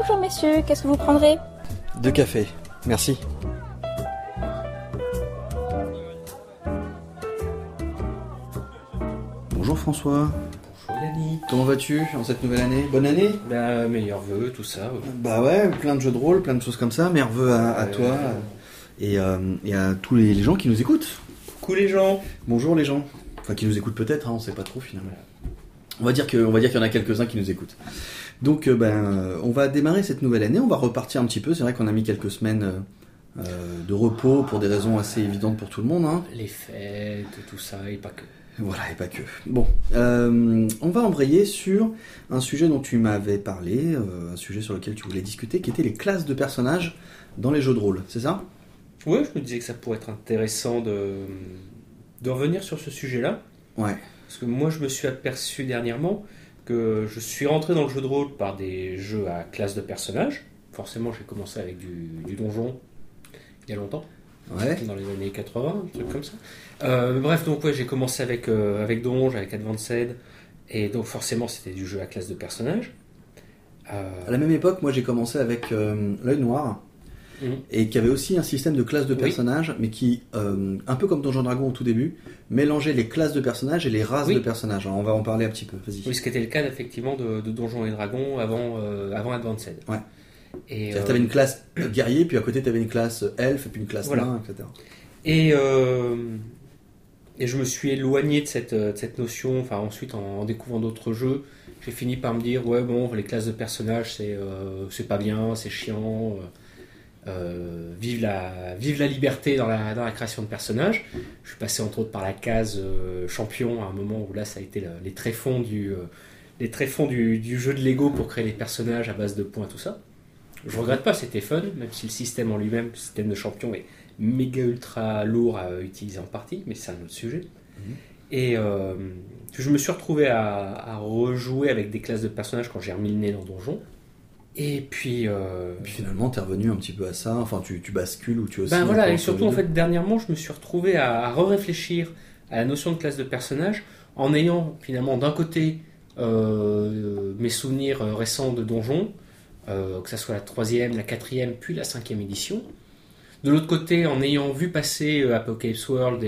Bonjour messieurs, qu'est-ce que vous prendrez? 2 cafés, merci. Bonjour François. Bonjour Yannick. Comment vas-tu en cette nouvelle année? Bonne année? Meilleurs vœux, tout ça. Bah ouais, plein de jeux de rôle, plein de choses comme ça. Meilleurs vœux à toi et à tous les gens qui nous écoutent. Coucou les gens. Bonjour les gens. Enfin, qui nous écoutent peut-être, on sait pas trop finalement. On va dire qu'il y en a quelques-uns qui nous écoutent. Donc on va démarrer cette nouvelle année, on va repartir un petit peu. C'est vrai qu'on a mis quelques semaines de repos pour des raisons assez évidentes pour tout le monde. Hein. Les fêtes, tout ça, et pas que. Voilà, et pas que. Bon, on va embrayer sur un sujet dont tu m'avais parlé, un sujet sur lequel tu voulais discuter, qui était les classes de personnages dans les jeux de rôle, c'est ça? Oui, je me disais que ça pourrait être intéressant de revenir sur ce sujet-là. Ouais. Parce que moi, je me suis aperçu dernièrement que je suis rentré dans le jeu de rôle par des jeux à classe de personnages. Forcément, j'ai commencé avec du donjon il y a longtemps. Ouais. Dans les années 80, un truc comme ça. Bref, donc ouais, j'ai commencé avec Donge, avec Advanced, et donc forcément c'était du jeu à classe de personnages. À la même époque, moi j'ai commencé avec l'œil noir, et qui avait aussi un système de classes de personnages, mais qui, un peu comme Donjon Dragon au tout début, mélangeait les classes de personnages et les races de personnages. Alors, on va en parler un petit peu, vas-y. Oui, ce qui était le cas effectivement de Donjons et Dragons avant Advanced. Ouais. Et tu avais une classe guerrier, puis à côté tu avais une classe elfe, et puis une classe nain, etc. Et je me suis éloigné de cette notion, enfin ensuite en découvrant d'autres jeux, j'ai fini par me dire, ouais bon, les classes de personnages c'est pas bien, c'est chiant, vive la liberté dans la création de personnages. Je suis passé entre autres par la case champion à un moment où là ça a été les tréfonds du jeu de Lego pour créer les personnages à base de points, tout ça. Je regrette pas, c'était fun, même si le système en lui-même, le système de champion est méga ultra lourd à utiliser en partie, mais c'est un autre sujet. Et je me suis retrouvé à rejouer avec des classes de personnages quand j'ai remis le nez dans Donjon. Et puis finalement, tu es revenu un petit peu à ça, enfin tu bascules ou tu aussi. Ben voilà, et surtout en fait, dernièrement, je me suis retrouvé à réfléchir à la notion de classe de personnage en ayant finalement d'un côté mes souvenirs récents de Donjon, que ce soit la 3e, la 4e, puis la 5e édition. De l'autre côté, en ayant vu passer Apocalypse World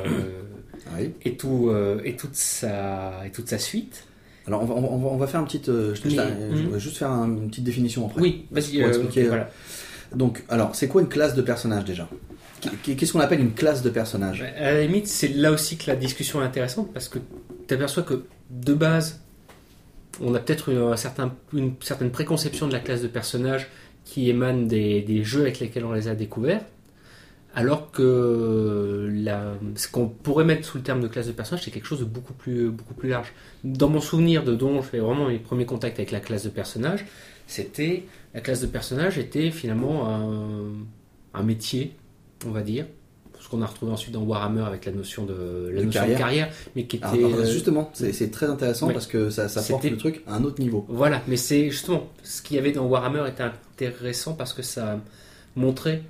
et toute sa suite. Alors on va faire une petite. Je vais juste faire une petite définition après. Oui, vas-y. Pour expliquer. Voilà. Donc, alors, c'est quoi une classe de personnage déjà? Qu'est-ce qu'on appelle une classe de personnage? À la limite, c'est là aussi que la discussion est intéressante parce que tu aperçois que de base, on a peut-être une certaine préconception de la classe de personnage qui émane des jeux avec lesquels on les a découverts, alors que ce qu'on pourrait mettre sous le terme de classe de personnage, c'est quelque chose de beaucoup plus large. Dans mon souvenir de dont je fais vraiment mes premiers contacts avec la classe de personnage, la classe de personnage était finalement un métier, on va dire, ce qu'on a retrouvé ensuite dans Warhammer avec la notion de carrière, mais qui était justement, c'est très intéressant parce que ça porte le truc à un autre niveau. Voilà, mais c'est justement ce qu'il y avait dans Warhammer était intéressant parce que ça montrait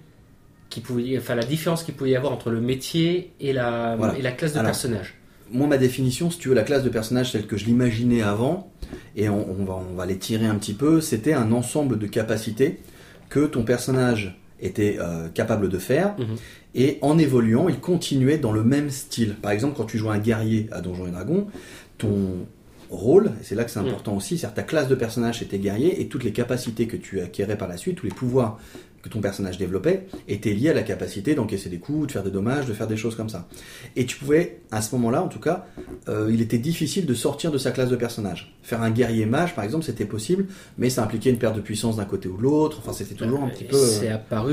la différence qu'il pouvait y avoir entre le métier et la classe de personnage. Moi, ma définition, si tu veux, la classe de personnage telle que je l'imaginais avant, et on va les tirer un petit peu, c'était un ensemble de capacités que ton personnage était capable de faire, et en évoluant, il continuait dans le même style. Par exemple, quand tu jouais un guerrier à Donjons et Dragons, ton rôle, et c'est là que c'est important aussi, c'est-à-dire ta classe de personnage était guerrier, et toutes les capacités que tu acquérais par la suite, tous les pouvoirs que ton personnage développait, étaient liés à la capacité d'encaisser des coups, de faire des dommages, de faire des choses comme ça. Et tu pouvais, à ce moment-là en tout cas, il était difficile de sortir de sa classe de personnage. Faire un guerrier mage, par exemple, c'était possible, mais ça impliquait une perte de puissance d'un côté ou de l'autre, enfin c'était toujours un petit peu... C'est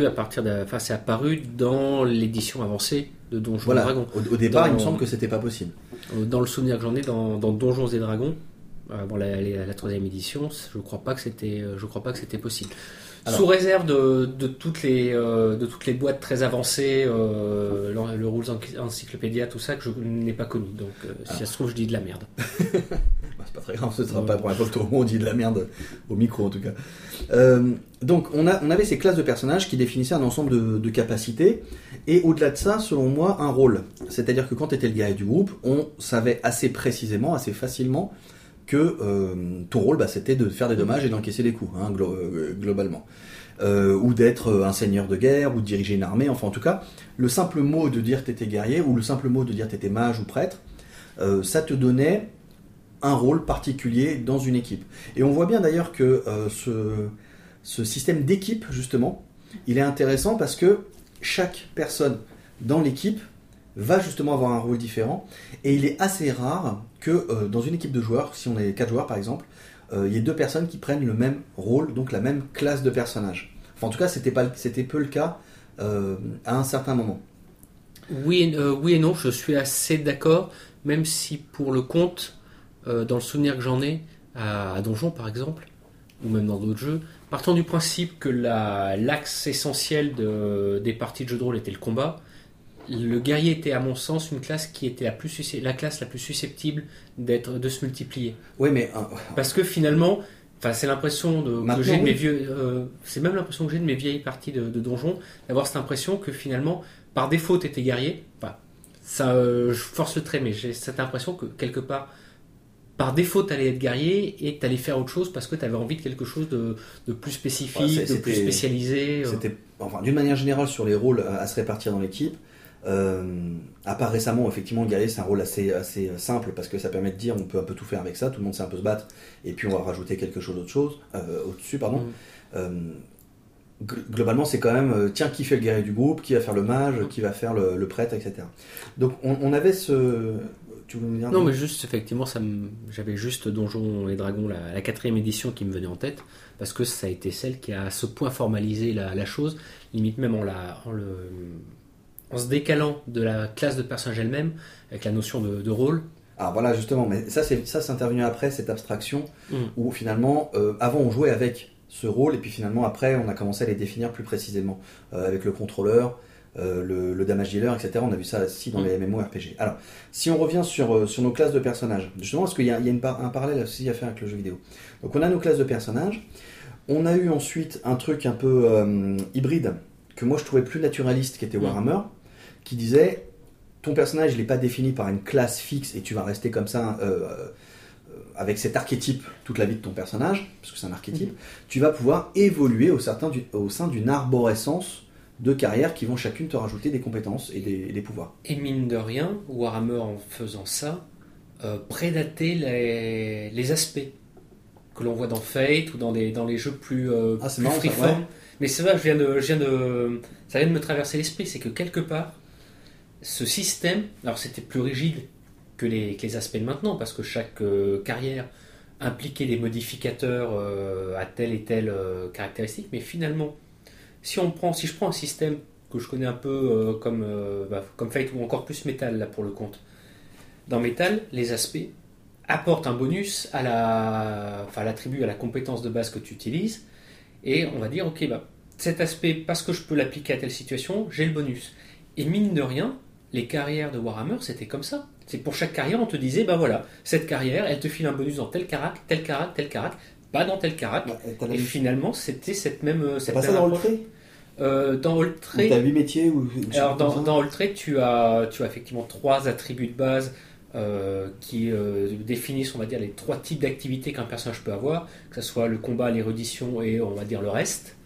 apparu dans l'édition avancée de Donjons et Dragons. Au départ, il me semble que c'était pas possible. Dans le souvenir que j'en ai, dans Donjons et Dragons, la 3e édition, je crois pas que c'était possible. Alors, sous réserve de toutes les boîtes très avancées, le Rules Encyclopédia, tout ça que je n'ai pas connu. Donc si ça se trouve, je dis de la merde. C'est pas très grave, ce sera pas la première fois que on dit de la merde au micro en tout cas. Donc on avait ces classes de personnages qui définissaient un ensemble de capacités et au-delà de ça, selon moi, un rôle. C'est-à-dire que quand tu étais le guerrier du groupe, on savait assez précisément, assez facilement que ton rôle, c'était de faire des dommages et d'encaisser des coups, hein, globalement. Ou d'être un seigneur de guerre, ou de diriger une armée, enfin en tout cas, le simple mot de dire t'étais guerrier, ou le simple mot de dire t'étais mage ou prêtre, ça te donnait un rôle particulier dans une équipe. Et on voit bien d'ailleurs que ce système d'équipe, justement, il est intéressant parce que chaque personne dans l'équipe va justement avoir un rôle différent, et il est assez rare que dans une équipe de joueurs, si on est 4 joueurs par exemple, il y ait 2 personnes qui prennent le même rôle, donc la même classe de personnage. Enfin en tout cas c'était peu le cas à un certain moment. Oui et non, je suis assez d'accord, même si pour le compte, dans le souvenir que j'en ai, à Donjon par exemple, ou même dans d'autres jeux, partant du principe que l'axe essentiel des parties de jeu de rôle était le combat, le guerrier était à mon sens une classe qui était la classe la plus susceptible de se multiplier. Oui, mais parce que finalement, c'est l'impression que j'ai de mes vieux, c'est même l'impression que j'ai de mes vieilles parties de Donjon, d'avoir cette impression que finalement, par défaut, t'étais guerrier. Je force le trait, mais j'ai cette impression que quelque part, par défaut, t'allais être guerrier et t'allais faire autre chose parce que t'avais envie de quelque chose de plus spécifique, de plus spécialisé. D'une manière générale, sur les rôles à se répartir dans l'équipe, à part récemment, effectivement, le guerrier c'est un rôle assez simple parce que ça permet de dire on peut un peu tout faire avec ça, tout le monde sait un peu se battre, et puis on va rajouter quelque chose au-dessus. Globalement, c'est quand même tiens, qui fait le guerrier du groupe, qui va faire le mage, qui va faire le prêtre, etc. Donc on avait ce. Tu voulais me dire? Non, mais juste effectivement, j'avais juste Donjons et Dragons, la 4e édition qui me venait en tête, parce que ça a été celle qui a à ce point formalisé la chose, limite même en se décalant de la classe de personnage elle-même, avec la notion de rôle. Alors voilà, justement, mais ça c'est intervenu après, cette abstraction, où finalement, avant on jouait avec ce rôle, et puis finalement après on a commencé à les définir plus précisément, avec le contrôleur, le damage dealer, etc. On a vu ça aussi dans les MMORPG. Alors, si on revient sur nos classes de personnages, justement, parce qu'il y a un parallèle aussi à faire avec le jeu vidéo. Donc on a nos classes de personnages, on a eu ensuite un truc un peu hybride, que moi je trouvais plus naturaliste, qui était Warhammer, qui disait ton personnage il n'est pas défini par une classe fixe et tu vas rester comme ça avec cet archétype toute la vie de ton personnage, parce que c'est un archétype, tu vas pouvoir évoluer au sein d'une arborescence de carrières qui vont chacune te rajouter des compétences et des pouvoirs. Et mine de rien, Warhammer en faisant ça, prédatait les aspects que l'on voit dans Fate ou dans les jeux plus freeform. Ouais. Mais c'est vrai, ça vient de me traverser l'esprit, c'est que quelque part, ce système, alors c'était plus rigide que les aspects de maintenant, parce que chaque carrière impliquait des modificateurs à telle et telle caractéristique, mais finalement, si je prends un système que je connais un peu comme Fate ou encore plus Metal là pour le compte, dans Metal, les aspects apportent un bonus à l'attribut, à la compétence de base que tu utilises, et on va dire ok, cet aspect, parce que je peux l'appliquer à telle situation, j'ai le bonus. Et mine de rien, les carrières de Warhammer, c'était comme ça. C'est pour chaque carrière, on te disait, voilà, cette carrière, elle te file un bonus dans tel carac, pas dans tel carac. Et finalement, c'était cette même. C'est pas ça dans Alltrade dans Alltrade. Tu as 8 métiers Alors, dans Alltrade, tu as effectivement 3 attributs de base qui définissent, on va dire, les 3 types d'activités qu'un personnage peut avoir, que ce soit le combat, l'érudition et, on va dire, le reste.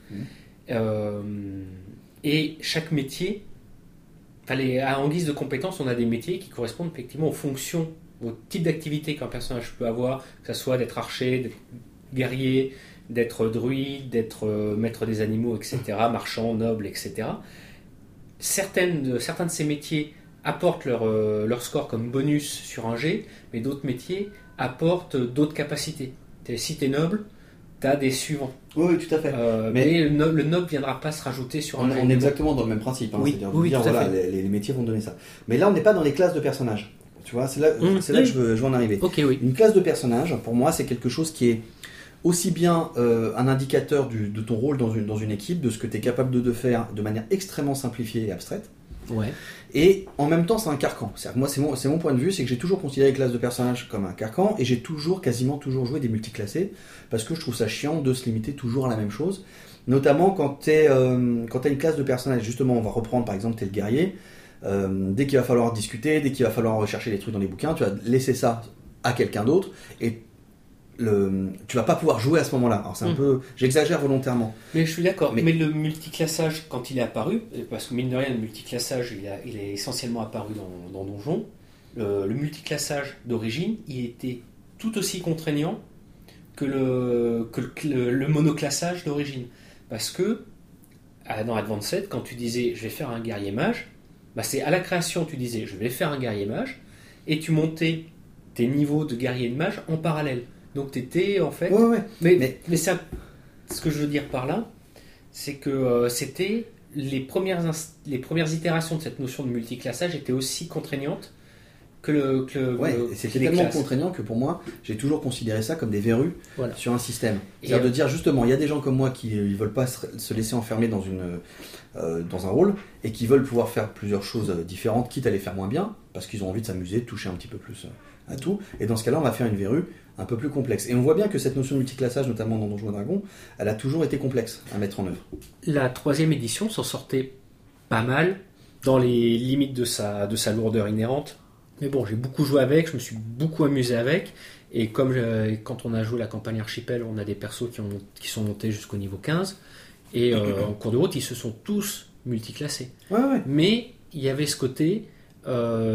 Et chaque métier. En guise de compétences, on a des métiers qui correspondent effectivement aux fonctions, au type d'activité qu'un personnage peut avoir, que ce soit d'être archer, d'être guerrier, d'être druide, d'être maître des animaux, etc., marchand, noble, etc. Certains de ces métiers apportent leur score comme bonus sur un jet, mais d'autres métiers apportent d'autres capacités. Si tu es noble, tu as des suivants. Oui, tout à fait. Mais le noble ne viendra pas se rajouter sur un jet. On est exactement dans le même principe. Oui, c'est-à-dire voilà, les métiers vont donner ça. Mais là, on n'est pas dans les classes de personnages. Tu vois, c'est là que je veux en arriver. Okay, oui. Une classe de personnage, pour moi, c'est quelque chose qui est aussi bien un indicateur de ton rôle dans une équipe, de ce que tu es capable de faire de manière extrêmement simplifiée et abstraite. Ouais. Et en même temps, c'est un carcan. Moi, c'est mon point de vue, c'est que j'ai toujours considéré les classes de personnages comme un carcan, et j'ai quasiment toujours joué des multiclassés, parce que je trouve ça chiant de se limiter toujours à la même chose. Notamment quand t'as une classe de personnage, justement, on va reprendre par exemple, t'es le guerrier, dès qu'il va falloir discuter, dès qu'il va falloir rechercher des trucs dans les bouquins, tu vas laisser ça à quelqu'un d'autre, et tu vas pas pouvoir jouer à ce moment-là. Alors c'est un peu, j'exagère volontairement. Mais je suis d'accord. Mais le multiclassage, quand il est apparu, parce que mine de rien, le multiclassage, il est essentiellement apparu dans Donjon. Le multiclassage d'origine, il était tout aussi contraignant que le monoclassage d'origine. Parce que dans Advanced, quand tu disais je vais faire un guerrier mage, bah c'est à la création tu disais je vais faire un guerrier mage et tu montais tes niveaux de guerrier et de mage en parallèle. Donc tu étais en fait. Ouais. Mais ça, ce que je veux dire par là, c'est que c'était les premières itérations de cette notion de multiclassage étaient aussi contraignantes c'était tellement contraignant que pour moi, j'ai toujours considéré ça comme des verrues sur un système. C'est-à-dire de dire justement, il y a des gens comme moi qui ne veulent pas se laisser enfermer dans un rôle et qui veulent pouvoir faire plusieurs choses différentes, quitte à les faire moins bien, parce qu'ils ont envie de s'amuser, de toucher un petit peu plus à tout. Et dans ce cas-là, on va faire une verrue un peu plus complexe. Et on voit bien que cette notion de multiclassage, notamment dans Donjons et Dragons, elle a toujours été complexe à mettre en œuvre. La 3e édition s'en sortait pas mal, dans les limites de sa lourdeur inhérente. Mais bon, j'ai beaucoup joué avec, je me suis beaucoup amusé avec. Et comme quand on a joué la campagne Archipel, on a des persos qui sont montés jusqu'au niveau 15. Et en cours de route, ils se sont tous multiclassés. Ouais. Mais il y avait ce côté... il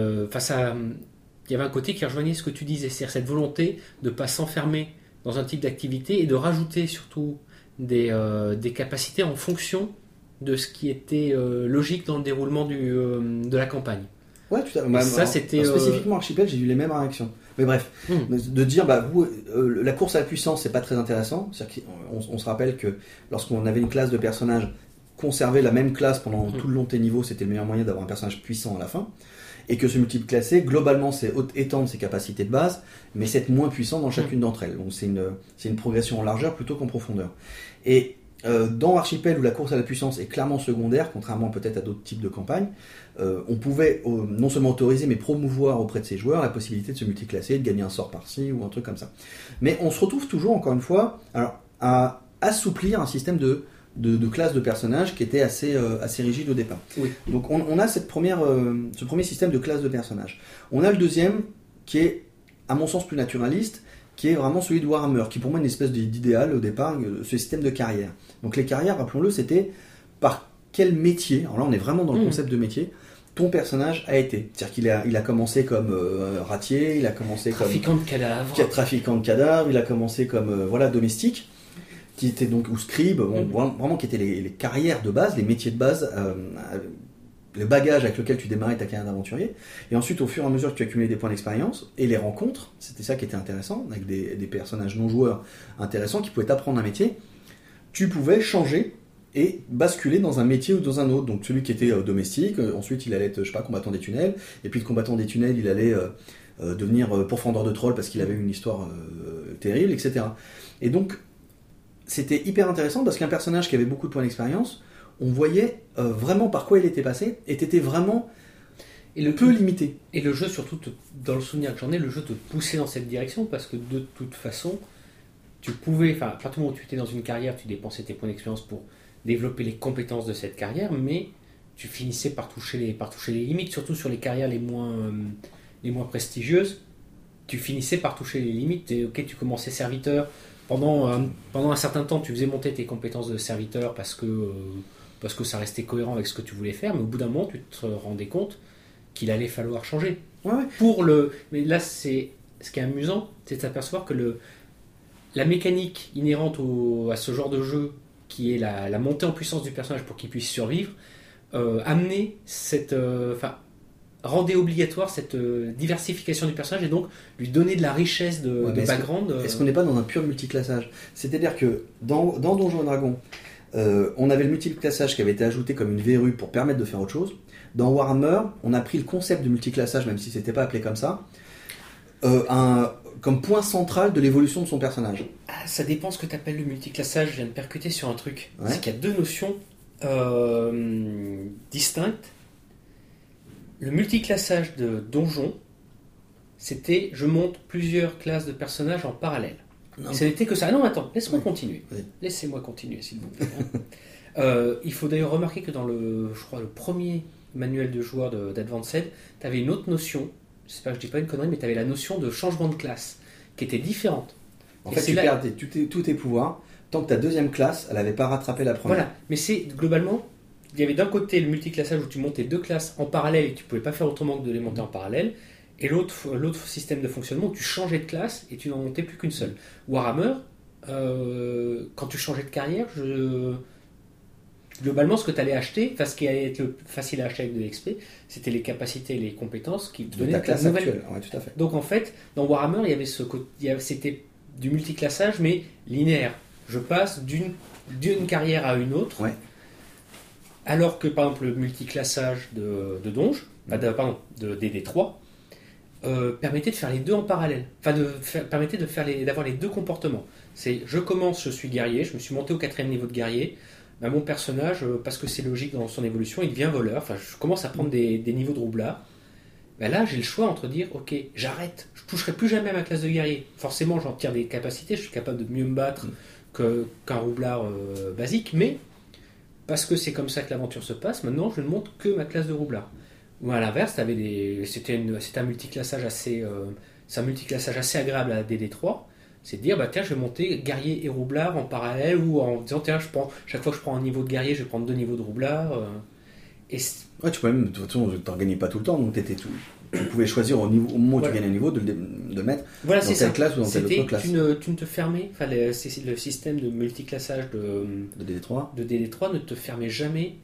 y avait un côté qui rejoignait ce que tu disais, c'est-à-dire cette volonté de ne pas s'enfermer dans un type d'activité et de rajouter surtout des capacités en fonction de ce qui était logique dans le déroulement de la campagne. Ouais, tout à fait. Ça, c'était spécifiquement Archipel, j'ai eu les mêmes réactions. Mais bref, de dire la course à la puissance, c'est pas très intéressant. C'est-à-dire qu'on se rappelle que lorsqu'on avait une classe de personnages, conserver la même classe pendant tout le long de tes niveaux, c'était le meilleur moyen d'avoir un personnage puissant à la fin. Et que ce multiple classé, globalement, c'est étendre ses capacités de base, mais c'est être moins puissant dans chacune d'entre elles. Donc c'est une progression en largeur plutôt qu'en profondeur. Et dans Archipel, où la course à la puissance est clairement secondaire, contrairement peut-être à d'autres types de campagnes, on pouvait non seulement autoriser, mais promouvoir auprès de ses joueurs la possibilité de se multiclasser, de gagner un sort par-ci ou un truc comme ça. Mais on se retrouve toujours, encore une fois, à assouplir un système de classe de personnages qui était assez rigide au départ. Oui. Donc on a ce premier système de classe de personnages. On a le deuxième qui est, à mon sens, plus naturaliste, qui est vraiment celui de Warhammer, qui pour moi est une espèce d'idéal au départ, ce système de carrière. Donc les carrières, rappelons-le, c'était par quel métier, alors là on est vraiment dans le concept de métier, ton personnage a été. C'est-à-dire qu'il a commencé comme ratier, il a commencé trafiquant comme trafiquant de cadavres, il a commencé comme domestique, qui était donc, ou scribe, vraiment qui étaient les carrières de base, les métiers de base, le bagage avec lequel tu démarrais ta carrière d'aventurier. Et ensuite, au fur et à mesure que tu accumulais des points d'expérience et les rencontres, c'était ça qui était intéressant, avec des personnages non joueurs intéressants qui pouvaient t'apprendre un métier, tu pouvais changer et basculer dans un métier ou dans un autre. Donc celui qui était domestique, ensuite il allait être, combattant des tunnels, et puis le combattant des tunnels, il allait devenir pourfendeur de trolls parce qu'il avait une histoire terrible, etc. Et donc, c'était hyper intéressant parce qu'un personnage qui avait beaucoup de points d'expérience, on voyait vraiment par quoi il était passé et t'étais vraiment peu limité. Et le jeu, surtout, dans le souvenir que j'en ai, le jeu te poussait dans cette direction parce que de toute façon, tu pouvais, à partir du moment où tu étais dans une carrière, tu dépensais tes points d'expérience pour développer les compétences de cette carrière, mais tu finissais par toucher les limites, surtout sur les carrières les moins prestigieuses. Tu finissais par toucher les limites. Tu commençais serviteur. Pendant un certain temps, tu faisais monter tes compétences de serviteur parce que ça restait cohérent avec ce que tu voulais faire, mais au bout d'un moment, tu te rendais compte qu'il allait falloir changer. Ouais. Mais là, ce qui est amusant, c'est de s'apercevoir que la mécanique inhérente à ce genre de jeu, qui est la montée en puissance du personnage pour qu'il puisse survivre, rendait obligatoire cette diversification du personnage et donc lui donner de la richesse de background. Est-ce qu'on n'est pas dans un pur multiclassage ? C'est-à-dire que dans Donjons et Dragons, on avait le multiclassage qui avait été ajouté comme une verrue pour permettre de faire autre chose. Dans Warhammer, on a pris le concept de multiclassage, même si c'était pas appelé comme ça, comme point central de l'évolution de son personnage. Ça dépend ce que tu appelles le multiclassage. Je viens de percuter sur un truc. Ouais. C'est qu'il y a deux notions distinctes. Le multiclassage de donjon, c'était je monte plusieurs classes de personnages en parallèle. Et ce n'était que ça. Non, attends, laisse-moi continuer. Oui. Laissez-moi continuer, s'il vous plaît. Il faut d'ailleurs remarquer que dans le premier manuel de joueur d'Advanced, tu avais une autre notion, j'espère que je dis pas une connerie, mais tu avais la notion de changement de classe, qui était différente En fait, tu perds tous tes pouvoirs tant que ta deuxième classe, elle n'avait pas rattrapé la première. Voilà, mais c'est globalement, il y avait d'un côté le multiclassage où tu montais 2 classes en parallèle et tu pouvais pas faire autrement que de les monter en parallèle, et l'autre système de fonctionnement où tu changeais de classe et tu n'en montais plus qu'une seule. Warhammer, quand tu changeais de carrière, globalement, ce que tu allais acheter, ce qui allait être le facile à acheter avec de l'XP, c'était les capacités et les compétences qui te donnaient ta classe nouvelle. actuelle. Ouais, tout à fait. Donc en fait, dans Warhammer, il y avait c'était du multiclassage, mais linéaire. Je passe d'une carrière à une autre, ouais. Alors que par exemple le multiclassage de Donge, de DD3, permettait de faire les deux en parallèle. Enfin, permettait d'avoir les deux comportements. C'est je suis guerrier, je me suis monté au 4e niveau de guerrier. Ben, mon personnage, parce que c'est logique dans son évolution, il devient voleur. Enfin, je commence à prendre des niveaux de roublard. Ben là, j'ai le choix entre dire, ok, j'arrête, je toucherai plus jamais à ma classe de guerrier. Forcément, j'en tire des capacités, je suis capable de mieux me battre qu'un roublard basique, mais parce que c'est comme ça que l'aventure se passe, maintenant, je ne monte que ma classe de roublard. Ou à l'inverse, c'était un multiclassage assez agréable à DD3. C'est de dire, bah tiens, je vais monter guerrier et roublard en parallèle, ou en disant, tiens, chaque fois que je prends un niveau de guerrier, je vais prendre 2 niveaux de roublard. Ouais, tu peux même, de toute façon, tu n'en gagnais pas tout le temps, donc tu pouvais choisir au moment où tu gagnais un niveau de mettre dans telle classe ou dans telle autre classe. Tu ne te fermais, le système de multiclassage de DD3 ne te fermait jamais,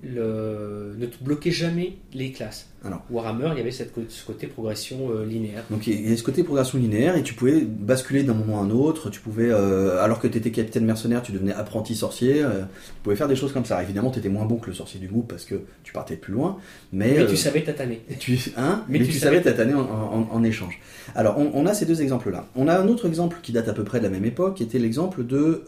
ne te bloquait jamais les classes. Alors, Warhammer, il y avait ce côté progression linéaire. Donc il y a ce côté progression linéaire et tu pouvais basculer d'un moment à un autre, tu pouvais, alors que tu étais capitaine mercenaire, tu devenais apprenti sorcier, tu pouvais faire des choses comme ça. Évidemment, tu étais moins bon que le sorcier du groupe parce que tu partais plus loin, mais tu savais tataner. Tu savais tataner en échange. Alors on a ces deux exemples-là. On a un autre exemple qui date à peu près de la même époque, qui était l'exemple de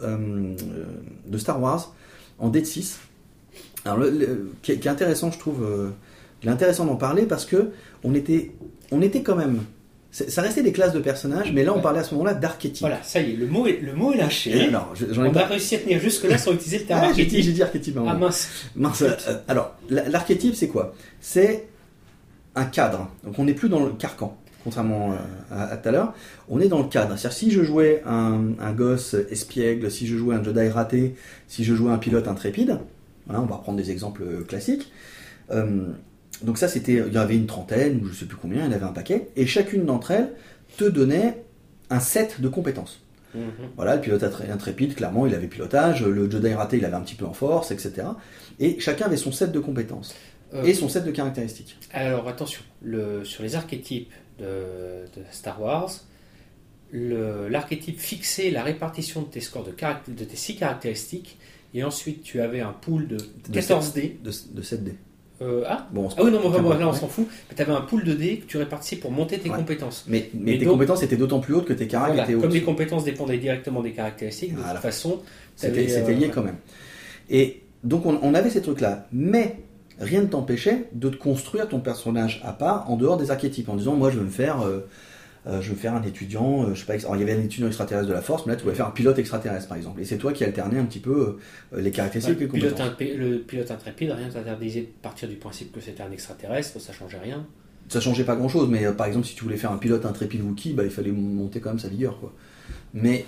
Star Wars en Dead 6. Alors qui est intéressant, je trouve. Il est intéressant d'en parler parce que on était quand même. Ça restait des classes de personnages, mais là on parlait à ce moment-là d'archétypes. Voilà, ça y est, le mot est lâché. Alors, on a réussi à tenir jusque-là sans utiliser le terme archétype. J'ai dit archétype. Ah mince. Alors, l'archétype c'est quoi? C'est un cadre. Donc on n'est plus dans le carcan. Contrairement à tout à l'heure, on est dans le cadre. C'est-à-dire si je jouais un gosse espiègle, si je jouais un Jedi raté, si je jouais un pilote intrépide, voilà, on va reprendre des exemples classiques. Donc ça, il y avait une trentaine, ou je ne sais plus combien, il y avait un paquet, et chacune d'entre elles te donnait un set de compétences. Voilà, le pilote intrépide, clairement, il avait pilotage, le Jedi raté, il avait un petit peu en force, etc. Et chacun avait son set de compétences, et son set de caractéristiques. Alors attention, sur les archétypes de Star Wars, l'archétype fixait la répartition de tes scores de tes 6 caractéristiques, et ensuite tu avais un pool de 14 dés. De 7 dés. Oui, non, là on s'en fout. Mais tu avais un pool de dés que tu répartissais pour monter tes compétences. Mais tes compétences étaient d'autant plus hautes que tes caractéristiques étaient hautes. Comme les compétences dépendaient directement des caractéristiques, de toute façon, c'était lié quand même. Et donc on avait ces trucs-là. Mais rien ne t'empêchait de te construire ton personnage à part en dehors des archétypes en disant moi je veux me faire un étudiant, je sais pas, alors, il y avait un étudiant extraterrestre de la force, mais là tu pouvais faire un pilote extraterrestre par exemple. Et c'est toi qui alternais un petit peu les caractéristiques et les compétences. Le pilote intrépide, rien ne t'interdisait de partir du principe que c'était un extraterrestre, ça changeait rien. Ça changeait pas grand chose, mais par exemple si tu voulais faire un pilote intrépide Wookiee, il fallait monter quand même sa vigueur, quoi. Mais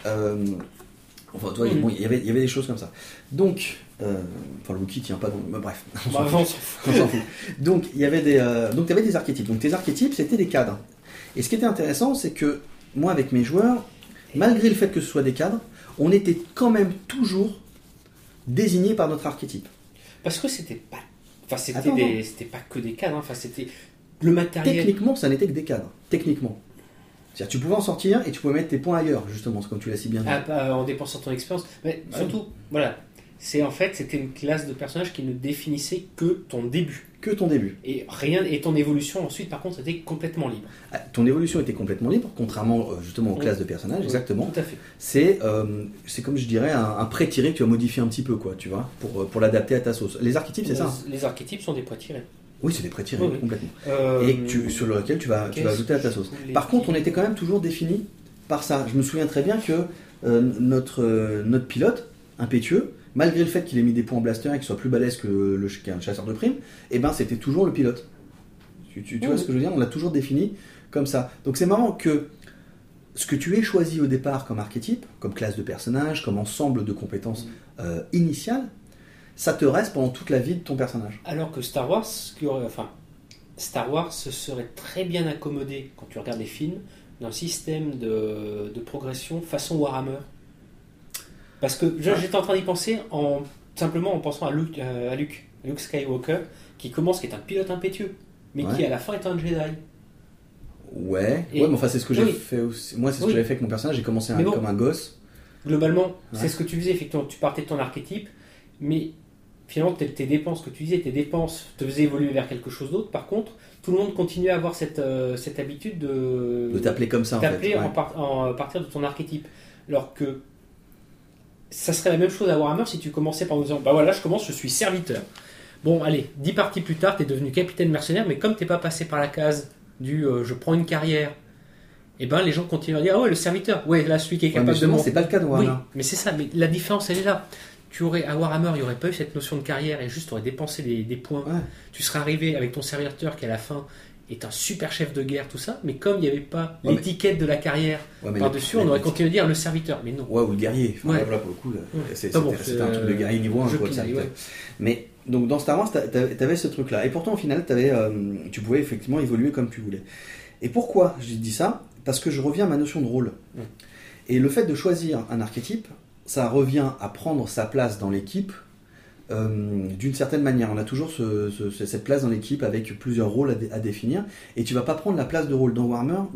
il y avait des choses comme ça. Donc, le Wookiee tient pas, bref, on s'en fout. Donc il y avait t'avais des archétypes. Donc tes archétypes c'était des cadres. Et ce qui était intéressant, c'est que moi, avec mes joueurs, malgré le fait que ce soit des cadres, on était quand même toujours désignés par notre archétype. Parce que c'était pas que des cadres. Enfin, c'était le matériel. Techniquement, ça n'était que des cadres. Techniquement. C'est-à-dire, tu pouvais en sortir et tu pouvais mettre tes points ailleurs, justement, comme tu l'as si bien dit. En dépensant ton expérience. Mais surtout, voilà. C'était une classe de personnages qui ne définissait que ton début. Et ton évolution ensuite, par contre, était complètement libre. Ton évolution était complètement libre, contrairement justement aux classes de personnages, exactement. Tout à fait. C'est comme je dirais un pré-tiré que tu vas modifier un petit peu, quoi, tu vois, pour l'adapter à ta sauce. Les archétypes, c'est ça. Les archétypes sont des pré-tirés. Oui, c'est des pré-tirés, complètement. Et sur lequel tu vas ajouter à ta sauce. Par contre, on était quand même toujours défini par ça. Je me souviens très bien que notre pilote, impétueux, malgré le fait qu'il ait mis des points en blaster et qu'il soit plus balèze qu'un chasseur de primes, c'était toujours le pilote. Tu vois ce que je veux dire? On l'a toujours défini comme ça. Donc c'est marrant que ce que tu aies choisi au départ comme archétype, comme classe de personnage, comme ensemble de compétences initiales, ça te reste pendant toute la vie de ton personnage. Alors que Star Wars, Star Wars se serait très bien accommodé, quand tu regardes les films, d'un système de progression façon Warhammer. Parce que j'étais en train d'y penser simplement en pensant à Luke Skywalker, qui est un pilote impétueux, mais qui à la fin est un Jedi. Ouais, mais enfin c'est ce que j'ai fait aussi. Moi c'est ce que j'avais fait avec mon personnage, j'ai commencé comme un gosse. Globalement, c'est ce que tu faisais, effectivement, tu partais de ton archétype, mais finalement tes dépenses, que tu disais, tes dépenses te faisaient évoluer vers quelque chose d'autre. Par contre, tout le monde continuait à avoir cette habitude de t'appeler comme ça, t'appeler en partir de ton archétype. Alors que ça serait la même chose à Warhammer si tu commençais par en disant bah voilà, je commence, je suis serviteur. Bon, allez, 10 parties plus tard, t'es devenu capitaine mercenaire, mais comme t'es pas passé par la case du je prends une carrière, et ben les gens continuent à dire ouais, le serviteur, ouais, là celui qui est capable de monter. C'est pas le cas de Warhammer. Oui, mais c'est ça, mais la différence elle est là. À Warhammer, il n'y aurait pas eu cette notion de carrière et juste tu aurais dépensé des points. Ouais. Tu serais arrivé avec ton serviteur qui à la fin est un super chef de guerre, tout ça, mais comme il n'y avait pas l'étiquette de la carrière par-dessus, on aurait continué à dire le serviteur, mais non. Ouais, ou le guerrier. Enfin, là, pour le coup, c'était un truc de guerrier niveau 1. Mais donc dans Star Wars, t'avais ce truc-là. Et pourtant, au final, tu pouvais effectivement évoluer comme tu voulais. Et pourquoi je dis ça ? Parce que je reviens à ma notion de rôle. Et le fait de choisir un archétype, ça revient à prendre sa place dans l'équipe d'une certaine manière. On a toujours cette place dans l'équipe avec plusieurs rôles à définir, et tu vas pas prendre la place de rôle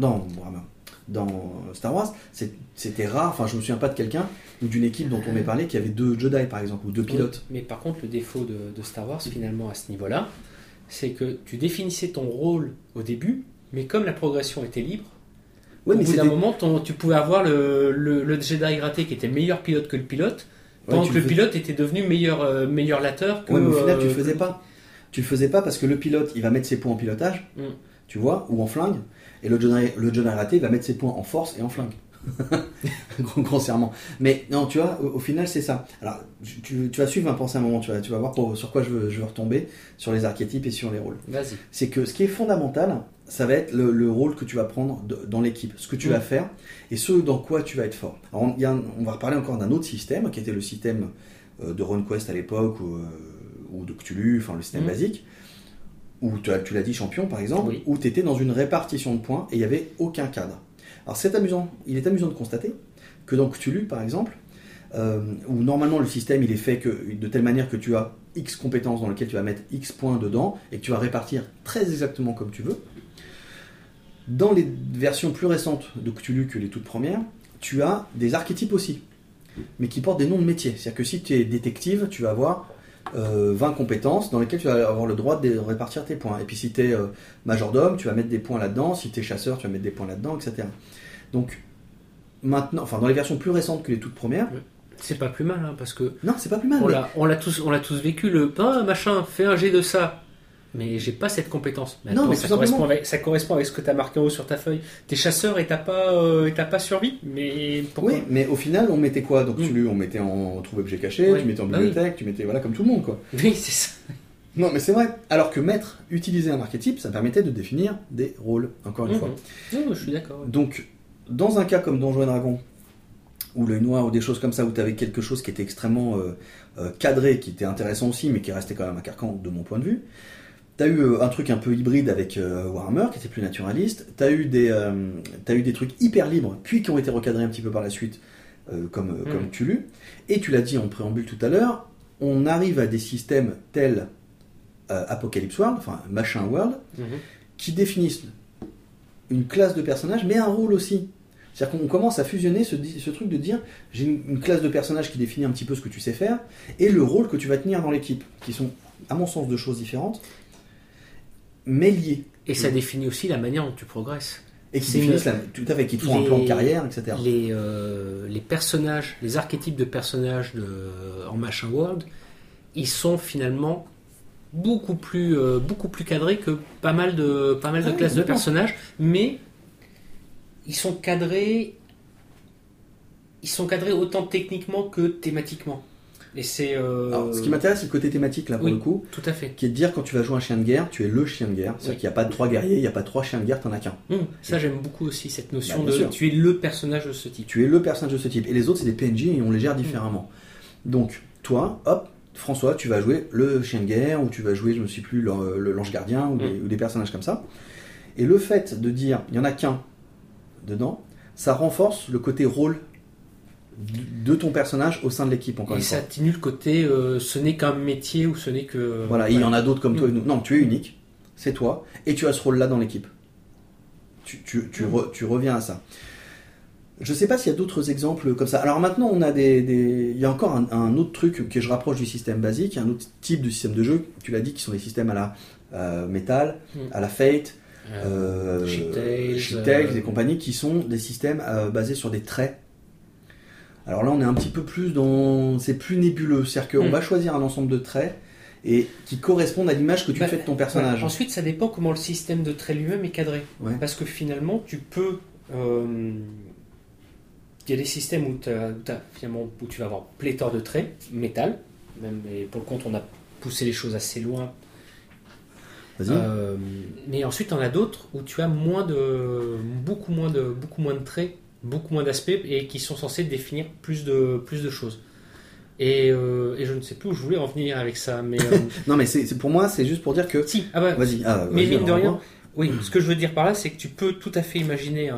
dans Star Wars. C'était rare, enfin je me souviens pas de quelqu'un ou d'une équipe dont on m'ait parlé qui avait 2 Jedi par exemple, ou 2 pilotes. Mais par contre le défaut de Star Wars finalement à ce niveau-là, c'est que tu définissais ton rôle au début, mais comme la progression était libre, au bout d'un moment tu pouvais avoir le Jedi raté qui était meilleur pilote que le pilote, pendant que le pilote était devenu meilleur lateur que... Ouais, mais au final, tu le faisais pas. Tu le faisais pas parce que le pilote, il va mettre ses points en pilotage, tu vois, ou en flingue, et le Jedi raté, il va mettre ses points en force et en flingue. Grossièrement. Mais non, tu vois, au final, c'est ça. Alors, tu vas suivre ma pensée un moment, tu vas voir sur quoi je veux retomber, sur les archétypes et sur les rôles. Vas-y. C'est que ce qui est fondamental, ça va être le rôle que tu vas prendre dans l'équipe, ce que tu vas faire et ce dans quoi tu vas être fort. Alors, on va reparler encore d'un autre système qui était le système de RunQuest à l'époque ou de Cthulhu, enfin le système basique, où tu l'as dit champion par exemple, où tu étais dans une répartition de points et il n'y avait aucun cadre. Alors il est amusant de constater que dans Cthulhu par exemple, où normalement le système il est fait de telle manière que tu as X compétences dans lesquelles tu vas mettre X points dedans et que tu vas répartir très exactement comme tu veux. Dans les versions plus récentes de Cthulhu que les toutes premières, tu as des archétypes aussi, mais qui portent des noms de métiers. C'est-à-dire que si tu es détective, tu vas avoir 20 compétences dans lesquelles tu vas avoir le droit de répartir tes points. Et puis si tu es majordome, tu vas mettre des points là-dedans. Si tu es chasseur, tu vas mettre des points là-dedans, etc. Donc, maintenant, enfin, dans les versions plus récentes que les toutes premières... C'est pas plus mal, hein, parce que... Non, c'est pas plus mal. On l'a tous vécu, machin, fais un jet de ça. Mais j'ai pas cette compétence. Mais attends, ça correspond avec ce que tu as marqué en haut sur ta feuille. T'es chasseur et t'as pas survie. Mais pourquoi ? Oui, mais au final, on mettait quoi ? Donc on mettait en trouve objet caché, tu mettais en bibliothèque, tu mettais comme tout le monde, quoi. Oui, c'est ça. Non, mais c'est vrai. Alors que utiliser un archétype, ça permettait de définir des rôles, encore une fois. Non, je suis d'accord. Ouais. Donc, dans un cas comme Donjons et Dragons, ou l'œil noir, ou des choses comme ça, où tu avais quelque chose qui était extrêmement cadré, qui était intéressant aussi, mais qui restait quand même un carcan de mon point de vue. T'as eu un truc un peu hybride avec Warhammer, qui était plus naturaliste. T'as eu des trucs hyper libres, puis qui ont été recadrés un petit peu par la suite, comme Cthulhu. Et tu l'as dit en préambule tout à l'heure, on arrive à des systèmes tels Apocalypse World, enfin Machin World, qui définissent une classe de personnages, mais un rôle aussi. C'est-à-dire qu'on commence à fusionner ce truc de dire j'ai une classe de personnages qui définit un petit peu ce que tu sais faire, et le rôle que tu vas tenir dans l'équipe, qui sont, à mon sens, deux choses différentes, mais liées. Et ça définit aussi la manière dont tu progresses. Et qui définissent tout à fait, qui te font un plan de carrière, etc. Les personnages, les archétypes de personnages en Machin World, ils sont finalement beaucoup plus cadrés que pas mal de classes de personnages, mais ils sont cadrés autant techniquement que thématiquement. Et c'est. Alors, ce qui m'intéresse, c'est le côté thématique, là, pour le coup. Tout à fait. Qui est de dire, quand tu vas jouer un chien de guerre, tu es le chien de guerre. C'est-à-dire qu'il n'y a pas de 3 guerriers, il n'y a pas 3 chiens de guerre, t'en as qu'un. Ça, j'aime beaucoup aussi, cette notion bien sûr. tu es le personnage de ce type. Tu es le personnage de ce type. Et les autres, c'est des PNJ et on les gère différemment. Donc, toi, hop, François, tu vas jouer le chien de guerre, ou tu vas jouer, je ne sais plus, l'ange gardien, ou des personnages comme ça. Et le fait de dire, il n'y en a qu'un dedans, ça renforce le côté rôle de ton personnage au sein de l'équipe, encore une fois. Et ça atténue le côté, ce n'est qu'un métier, ou ce n'est que... Voilà, il y en a d'autres comme toi et nous. Non, tu es unique, c'est toi, et tu as ce rôle-là dans l'équipe. Tu reviens à ça. Je sais pas s'il y a d'autres exemples comme ça. Alors maintenant, on a il y a encore un autre truc que je rapproche du système basique, un autre type de système de jeu, tu l'as dit, qui sont des systèmes à la Metal, à la Fate, Ship Tales et compagnie, qui sont des systèmes basés sur des traits. Alors là, on est un petit peu plus dans... C'est plus nébuleux, c'est-à-dire qu'on va choisir un ensemble de traits et qui correspondent à l'image que tu fais de ton personnage. Ensuite, ça dépend comment le système de traits lui-même est cadré. Ouais. Parce que finalement, tu peux... Il y a des systèmes où tu vas avoir pléthore de traits, métal, même, et pour le compte, on a poussé les choses assez loin. Mais ensuite, on a d'autres où tu as beaucoup moins de traits, beaucoup moins d'aspects, et qui sont censés définir plus de choses. Et je ne sais plus où je voulais en venir avec ça, mais non, mais pour moi, c'est juste pour dire que... Si, vas-y. Mais mine de rien, oui, ce que je veux dire par là, c'est que tu peux tout à fait imaginer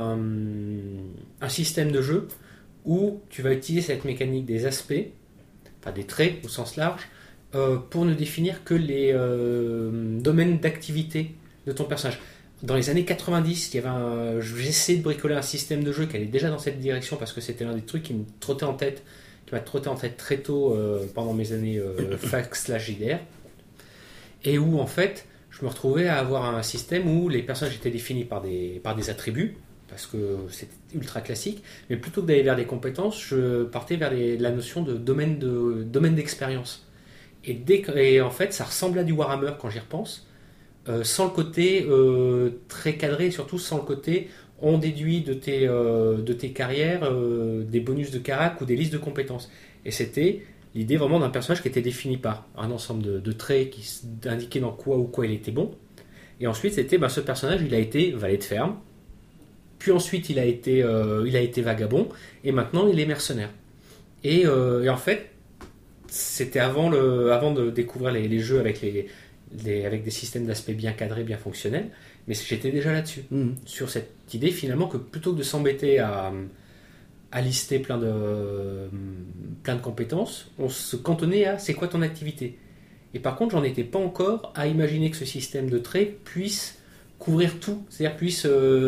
un système de jeu où tu vas utiliser cette mécanique des aspects, enfin des traits au sens large, pour ne définir que les domaines d'activité de ton personnage. Dans les années 90, j'essayais de bricoler un système de jeu qui allait déjà dans cette direction, parce que c'était l'un des trucs qui m'a trotté en tête très tôt pendant mes années fac/JDR, et où en fait je me retrouvais à avoir un système où les personnages étaient définis par des attributs, parce que c'était ultra classique, mais plutôt que d'aller vers des compétences, je partais vers la notion de domaine d'expérience. Et en fait, ça ressemble à du Warhammer quand j'y repense, sans le côté très cadré, et surtout sans le côté on déduit de tes carrières des bonus de carac ou des listes de compétences. Et c'était l'idée vraiment d'un personnage qui était défini par un ensemble de traits qui indiquaient dans quoi il était bon. Et ensuite, c'était ce personnage, il a été valet de ferme, puis ensuite il a été vagabond, et maintenant il est mercenaire. Et en fait, c'était avant de découvrir les jeux avec des systèmes d'aspect bien cadrés, bien fonctionnels, mais j'étais déjà là-dessus, sur cette idée finalement que plutôt que de s'embêter à lister plein de compétences, on se cantonnait à c'est quoi ton activité. Et par contre, j'en étais pas encore à imaginer que ce système de traits puisse couvrir tout, c'est-à-dire puisse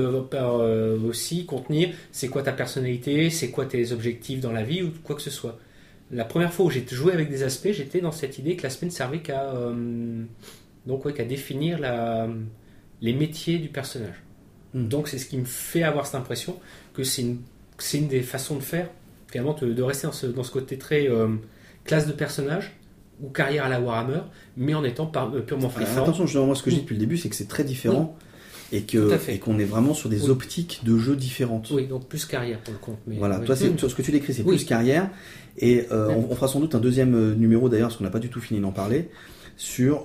aussi contenir c'est quoi ta personnalité, c'est quoi tes objectifs dans la vie ou quoi que ce soit. La première fois où j'ai joué avec des aspects, j'étais dans cette idée que l'aspect ne servait qu'à définir les métiers du personnage. Donc c'est ce qui me fait avoir cette impression que c'est une des façons de faire, finalement, de rester dans ce côté très classe de personnage ou carrière à la Warhammer, mais en étant purement freeform. Attention, moi ce que je dis depuis le début, c'est que c'est très différent et qu'on est vraiment sur des optiques de jeux différentes. Oui, donc plus carrière pour le compte. Mais, voilà, toi, ce que tu décris, c'est plus carrière. Et on fera sans doute un deuxième numéro d'ailleurs, parce qu'on n'a pas du tout fini d'en parler, sur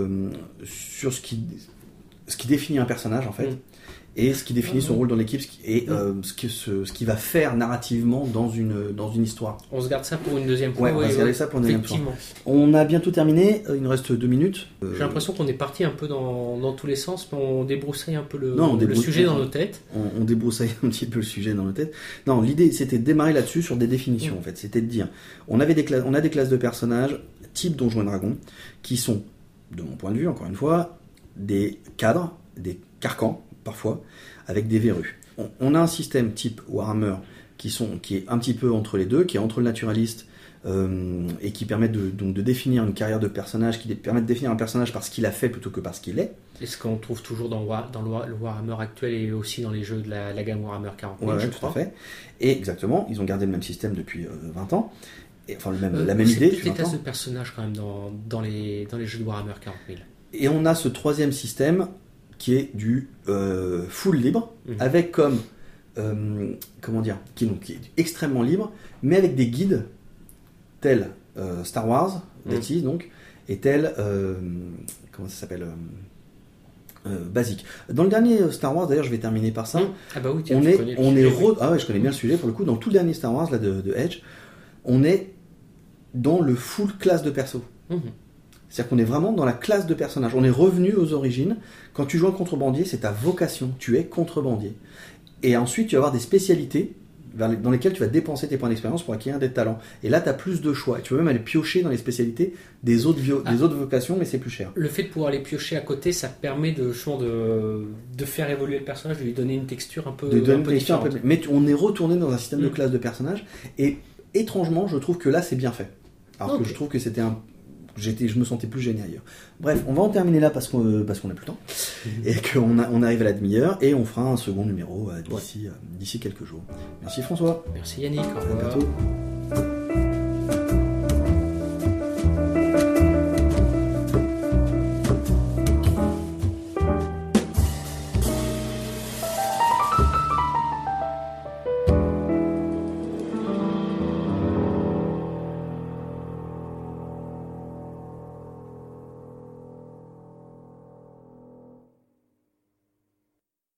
ce qui définit un personnage en fait. Et ce qui définit son rôle dans l'équipe et ce qu'il va faire narrativement dans une histoire. On se garde ça pour une deuxième fois. Ouais, on va se garder ça pour une deuxième fois. On a bientôt terminé, il nous reste 2 minutes. J'ai l'impression qu'on est parti un peu dans tous les sens, mais on débroussaille un peu le sujet dans nos têtes. On débroussaille un petit peu le sujet dans nos têtes. Non, l'idée c'était de démarrer là-dessus sur des définitions en fait. C'était de dire, on a des classes de personnages type Donjons et Dragons qui sont, de mon point de vue encore une fois, des cadres, des carcans, parfois, avec des verrues. On a un système type Warhammer qui est un petit peu entre les deux, qui est entre le naturaliste et qui permet de définir une carrière de personnage, qui permet de définir un personnage par ce qu'il a fait plutôt que par ce qu'il est. Et ce qu'on trouve toujours dans le Warhammer actuel et aussi dans les jeux de la gamme Warhammer 40 000, je crois. Tout à fait. Et exactement, ils ont gardé le même système depuis 20 ans. Et, enfin, la même idée. C'est des classes de personnages quand même dans les jeux de Warhammer 40 000. Et on a ce troisième système qui est du full libre, avec comme, qui est extrêmement libre, mais avec des guides tels Star Wars, that is, donc, est-elle, comment ça s'appelle, basique. Dans le dernier Star Wars, d'ailleurs, je vais terminer par ça. Ah bah oui, tiens, Ah ouais, je connais bien le sujet pour le coup. Dans tout le dernier Star Wars là de Edge, on est dans le full classe de perso. C'est-à-dire qu'on est vraiment dans la classe de personnage. On est revenu aux origines. Quand tu joues un contrebandier, c'est ta vocation. Tu es contrebandier. Et ensuite, tu vas avoir des spécialités dans lesquelles tu vas dépenser tes points d'expérience pour acquérir des talents. Et là, tu as plus de choix. Et tu peux même aller piocher dans les spécialités des autres vocations, mais c'est plus cher. Le fait de pouvoir les piocher à côté, ça permet de faire évoluer le personnage, de lui donner une texture un peu différente. Mais on est retourné dans un système de classe de personnages. Et étrangement, je trouve que là, c'est bien fait. Alors que je trouve que c'était je me sentais plus gêné ailleurs. Bref, on va en terminer là parce qu'on n'a plus le temps et qu'on arrive à la demi-heure et on fera un second numéro d'ici quelques jours. Merci François. Merci Yannick. À bientôt.